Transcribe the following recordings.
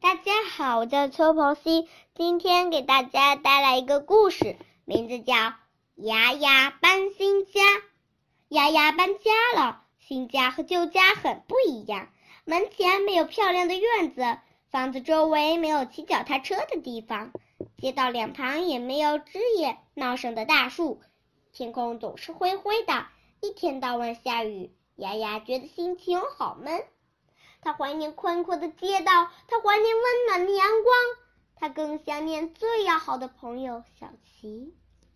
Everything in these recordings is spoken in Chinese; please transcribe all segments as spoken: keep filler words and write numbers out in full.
大家好，我叫邱鹏熙，今天给大家带来一个故事，名字叫《牙牙搬新家》。牙牙搬家了，新家和旧家很不一样，门前没有漂亮的院子，房子周围没有骑脚踏车的地方，街道两旁也没有枝叶茂盛的大树，天空总是灰灰的，一天到晚下雨，牙牙觉得心情好闷。他怀念宽阔的街道，他怀念温暖的阳光，他更想念最要好的朋友小琪。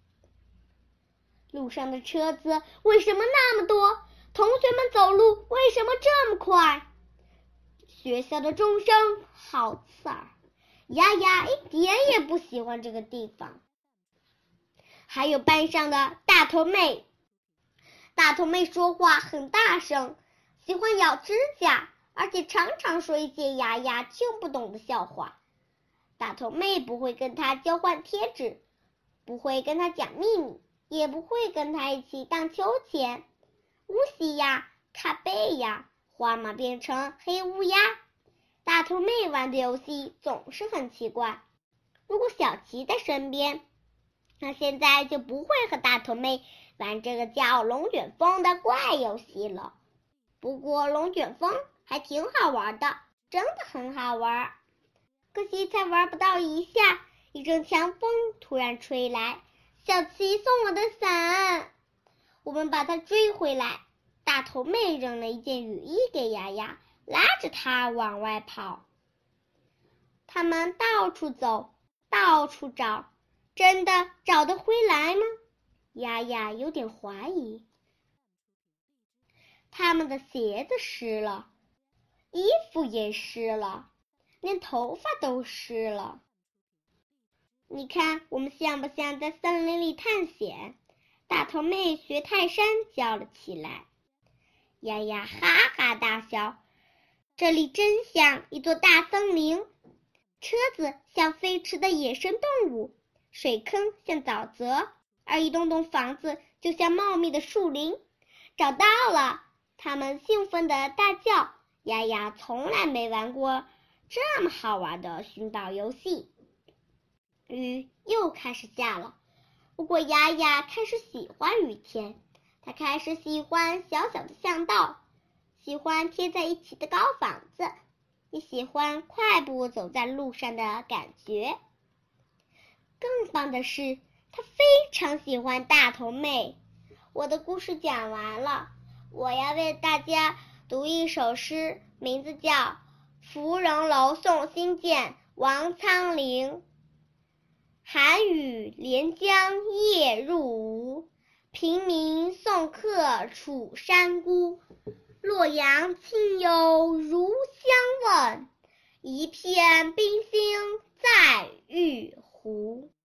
路上的车子为什么那么多？同学们走路为什么这么快？学校的钟声好刺耳，牙牙一点也不喜欢这个地方。还有班上的大头妹，大头妹说话很大声，喜欢咬指甲，而且常常说一些牙牙听不懂的笑话。大头妹不会跟他交换贴纸，不会跟他讲秘密，也不会跟他一起荡秋千。乌西呀，卡贝呀，花马变成黑乌鸦。大头妹玩的游戏总是很奇怪。如果小琪在身边，那现在就不会和大头妹玩这个叫龙卷风的怪游戏了。不过龙卷风还挺好玩的，真的很好玩。可惜才玩不到一下，一阵强风突然吹来，小琪送我的伞，我们把它追回来。大头妹扔了一件雨衣给牙牙，拉着他往外跑。他们到处走，到处找，真的找得回来吗？牙牙有点怀疑。他们的鞋子湿了，衣服也湿了，连头发都湿了。你看我们像不像在森林里探险？大头妹学泰山叫了起来。丫丫哈哈大笑，这里真像一座大森林，车子像飞驰的野生动物，水坑像沼泽，而一栋栋房子就像茂密的树林。找到了！他们兴奋地大叫。丫丫从来没玩过这么好玩的寻宝游戏。雨又开始下了，不过丫丫开始喜欢雨天，她开始喜欢小小的巷道，喜欢贴在一起的高房子，也喜欢快步走在路上的感觉。更棒的是，她非常喜欢大头妹。我的故事讲完了，我要为大家读一首诗，名字叫《芙蓉楼送辛渐》，王昌龄。寒雨连江夜入吴，平明送客楚山孤。洛阳亲友如相问，一片冰心在玉壶。